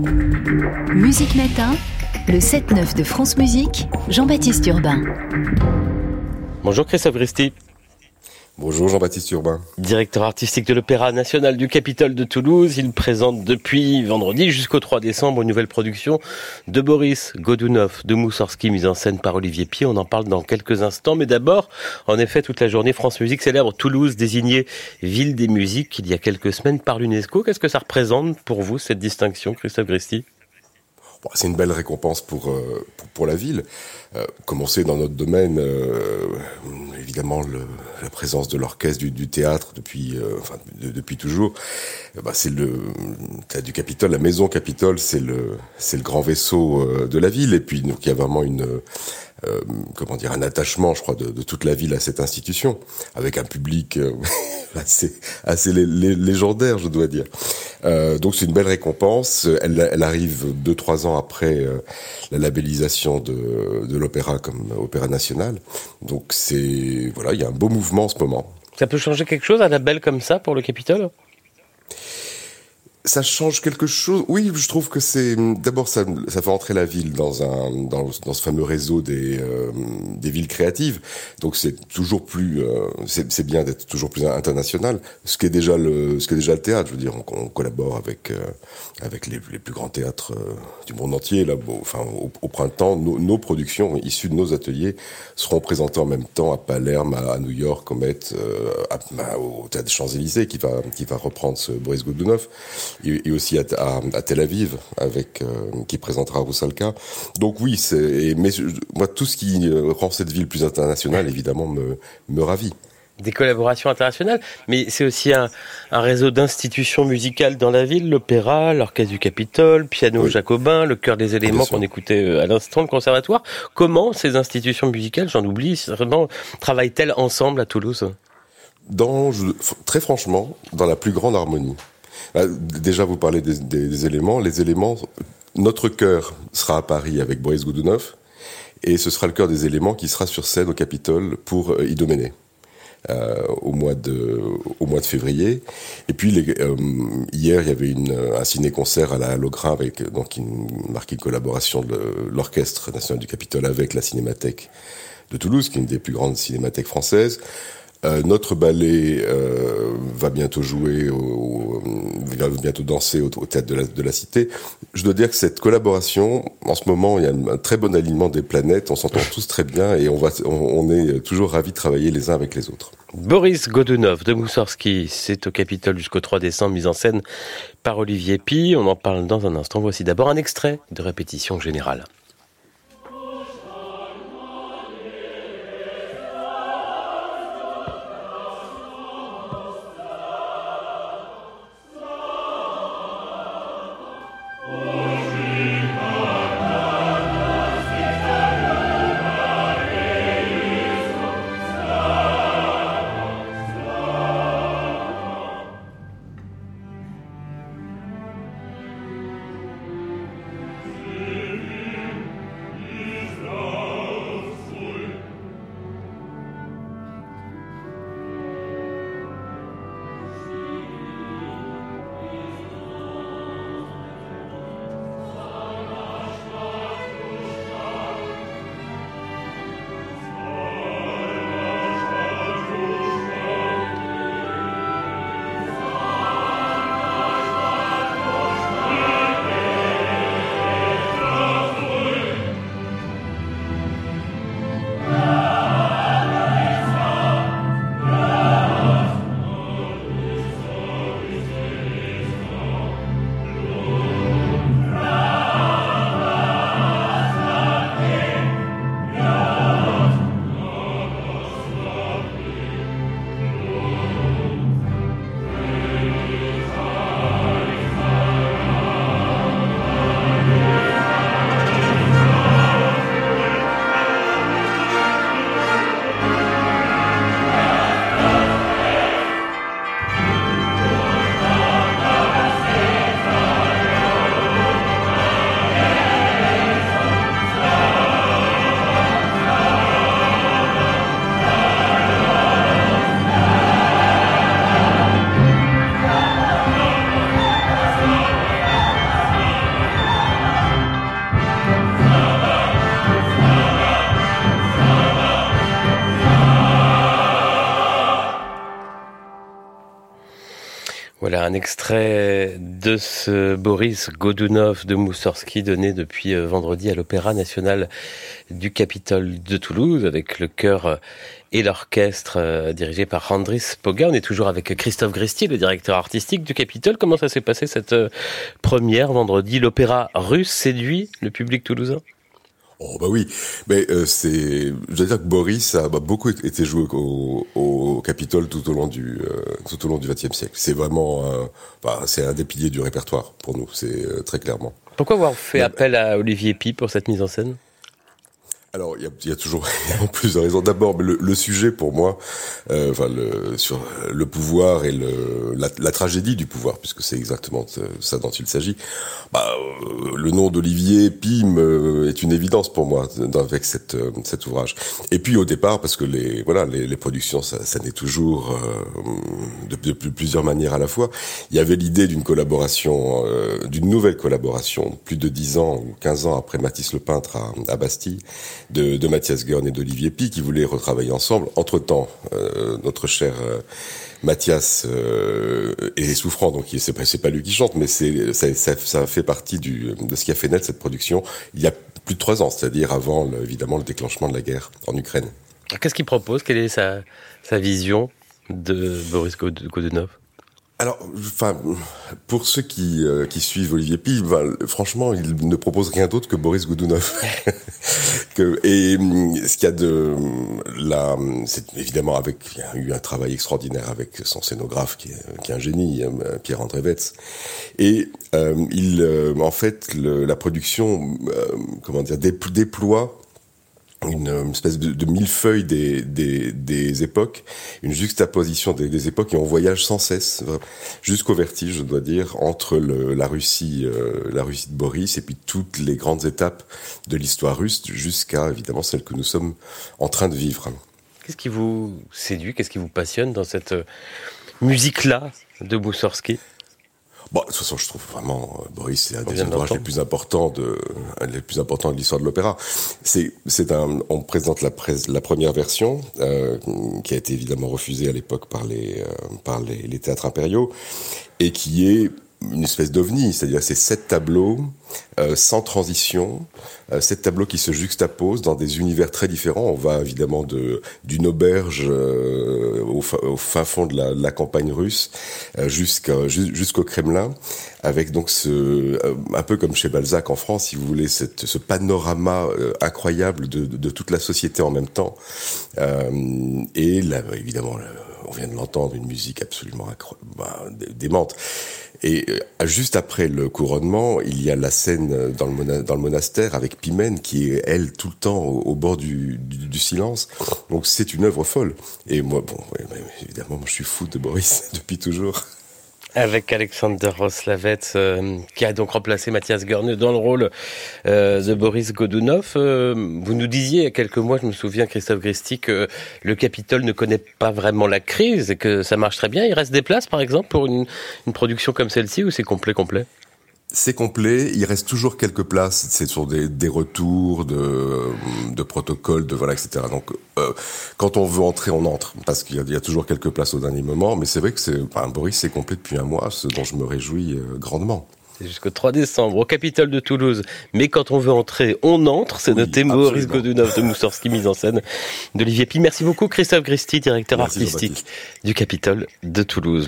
Musique Matin, le 7-9 de France Musique, Jean-Baptiste Urbain. Bonjour Christophe Gristi. Bonjour Jean-Baptiste Urbain. Directeur artistique de l'Opéra National du Capitole de Toulouse. Il présente depuis vendredi jusqu'au 3 décembre une nouvelle production de Boris Godunov, de Moussorgsky, mise en scène par Olivier Py. On en parle dans quelques instants. Mais d'abord, en effet, toute la journée, France Musique célèbre Toulouse, désignée ville des musiques il y a quelques semaines par l'UNESCO. Qu'est-ce que ça représente pour vous, cette distinction, Christophe Gristi ? C'est une belle récompense pour la ville. Commencer dans notre domaine, évidemment la présence de l'orchestre du théâtre depuis toujours. C'est le théâtre du Capitole, la maison Capitole, c'est le grand vaisseau de la ville. Et puis donc il y a vraiment un attachement, je crois, de toute la ville à cette institution, avec un public assez légendaire, je dois dire. Donc c'est une belle récompense. Elle arrive 2-3 ans après la labellisation de l'opéra comme opéra national. Donc il y a un beau mouvement en ce moment. Ça peut changer quelque chose, un label comme ça pour le Capitole ? Ça change quelque chose. Oui, je trouve que d'abord ça fait entrer la ville dans ce fameux réseau des villes créatives. Donc c'est toujours plus c'est bien d'être toujours plus international. Ce qui est déjà le théâtre. Je veux dire, on collabore avec les plus grands théâtres du monde entier. Là, au printemps, nos productions issues de nos ateliers seront présentées en même temps à Palerme, à New York, au Met, au théâtre des Champs-Élysées qui va reprendre ce Boris Godunov. Et aussi à Tel Aviv qui présentera Roussalka. Donc oui, mais moi tout ce qui rend cette ville plus internationale évidemment me ravit. Des collaborations internationales, mais c'est aussi un réseau d'institutions musicales dans la ville, l'opéra, l'orchestre du Capitole, piano jacobin, le chœur des éléments qu'on écoutait à l'instant, le conservatoire. Comment ces institutions musicales, j'en oublie, vraiment travaillent-elles ensemble à Toulouse ? Très franchement, dans la plus grande harmonie. Déjà, vous parlez des éléments. Les éléments, notre chœur sera à Paris avec Boris Godunov, et ce sera le chœur des éléments qui sera sur scène au Capitole pour Idoménée au mois de février. Et puis hier, il y avait un ciné-concert à la Halograin qui marquait une collaboration de l'Orchestre National du Capitole avec la Cinémathèque de Toulouse, qui est une des plus grandes cinémathèques françaises. Notre ballet va bientôt jouer, va bientôt danser au théâtre de la Cité. Je dois dire que cette collaboration, en ce moment, il y a un très bon alignement des planètes. On s'entend tous très bien et on est toujours ravis de travailler les uns avec les autres. Boris Godunov de Moussorgsky, c'est au Capitole jusqu'au 3 décembre, mise en scène par Olivier Py. On en parle dans un instant. Voici d'abord un extrait de répétition générale. Voilà un extrait de ce Boris Godounov de Moussorgsky donné depuis vendredi à l'Opéra National du Capitole de Toulouse avec le chœur et l'orchestre dirigé par Andris Poga. On est toujours avec Christophe Gresti, le directeur artistique du Capitole. Comment ça s'est passé cette première vendredi? L'opéra russe séduit le public toulousain? Oh bah oui, mais je dois dire que Boris a beaucoup été joué au Capitole tout au long du XXe siècle. C'est vraiment, c'est un des piliers du répertoire pour nous, c'est très clairement. Pourquoi avoir fait appel à Olivier Py pour cette mise en scène? Alors, il y a toujours plusieurs raisons. D'abord, le sujet pour moi, sur le pouvoir et la tragédie du pouvoir, puisque c'est exactement ça dont il s'agit. Le nom d'Olivier Py est une évidence pour moi avec cet ouvrage. Et puis au départ, parce que les productions, ça naît toujours de plusieurs manières à la fois. Il y avait l'idée d'une collaboration, d'une nouvelle collaboration, plus de 10 ans ou 15 ans après Matisse le peintre à Bastille, de Mathias Goerne et d'Olivier Py qui voulaient retravailler ensemble. Entre-temps, notre cher Mathias est souffrant, donc c'est pas lui qui chante, mais ça fait partie de ce qui a fait naître cette production il y a plus de 3 ans, c'est-à-dire avant évidemment le déclenchement de la guerre en Ukraine. Qu'est-ce qu'il propose? Quelle est sa vision de Boris Godounov? Alors, pour ceux qui suivent Olivier Py, franchement, il ne propose rien d'autre que Boris Godounov. Et ce qu'il y a c'est évidemment il y a eu un travail extraordinaire avec son scénographe qui est un génie, Pierre-André Wetz. Et en fait, la production, déploie une espèce de millefeuille des époques, une juxtaposition des époques, et on voyage sans cesse jusqu'au vertige, je dois dire, entre la Russie de Boris et puis toutes les grandes étapes de l'histoire russe jusqu'à évidemment celle que nous sommes en train de vivre. Qu'est-ce qui vous séduit, qu'est-ce qui vous passionne dans cette musique-là de Moussorgsky? De toute façon, je trouve vraiment Boris, c'est un des ouvrages les plus importants de l'histoire de l'opéra. On présente la première version qui a été évidemment refusée à l'époque par les théâtres impériaux et qui est une espèce d'ovni, c'est-à-dire c'est 7 tableaux sans transition, 7 tableaux qui se juxtaposent dans des univers très différents. On va évidemment d'une auberge au fin fond de la campagne russe jusqu'au Kremlin, avec donc un peu comme chez Balzac en France, si vous voulez, ce panorama incroyable de toute la société en même temps. Et là, évidemment, on vient de l'entendre, une musique absolument démente. Et juste après le couronnement, il y a la scène dans le monastère avec Pimène qui est, elle, tout le temps au bord du silence. Donc c'est une œuvre folle. Et moi, évidemment, je suis fou de Boris depuis toujours. Avec Alexander Roslavets, qui a donc remplacé Mathias Goerne dans le rôle de Boris Godounov. Vous nous disiez il y a quelques mois, je me souviens, Christophe Gresti, que le Capitole ne connaît pas vraiment la crise et que ça marche très bien. Il reste des places, par exemple, pour une production comme celle-ci, ou c'est complet? C'est complet, il reste toujours quelques places, c'est sur des retours de protocoles, etc. Donc, quand on veut entrer, on entre, parce qu'il y a toujours quelques places au dernier moment, mais c'est vrai que Boris, c'est complet depuis un mois, ce dont je me réjouis grandement. C'est jusqu'au 3 décembre, au Capitole de Toulouse. Mais quand on veut entrer, on entre. C'est noté Boris Godounov de Moussorgsky, mise en scène d'Olivier Py. Merci beaucoup, Christophe Gresti, directeur artistique du Capitole de Toulouse.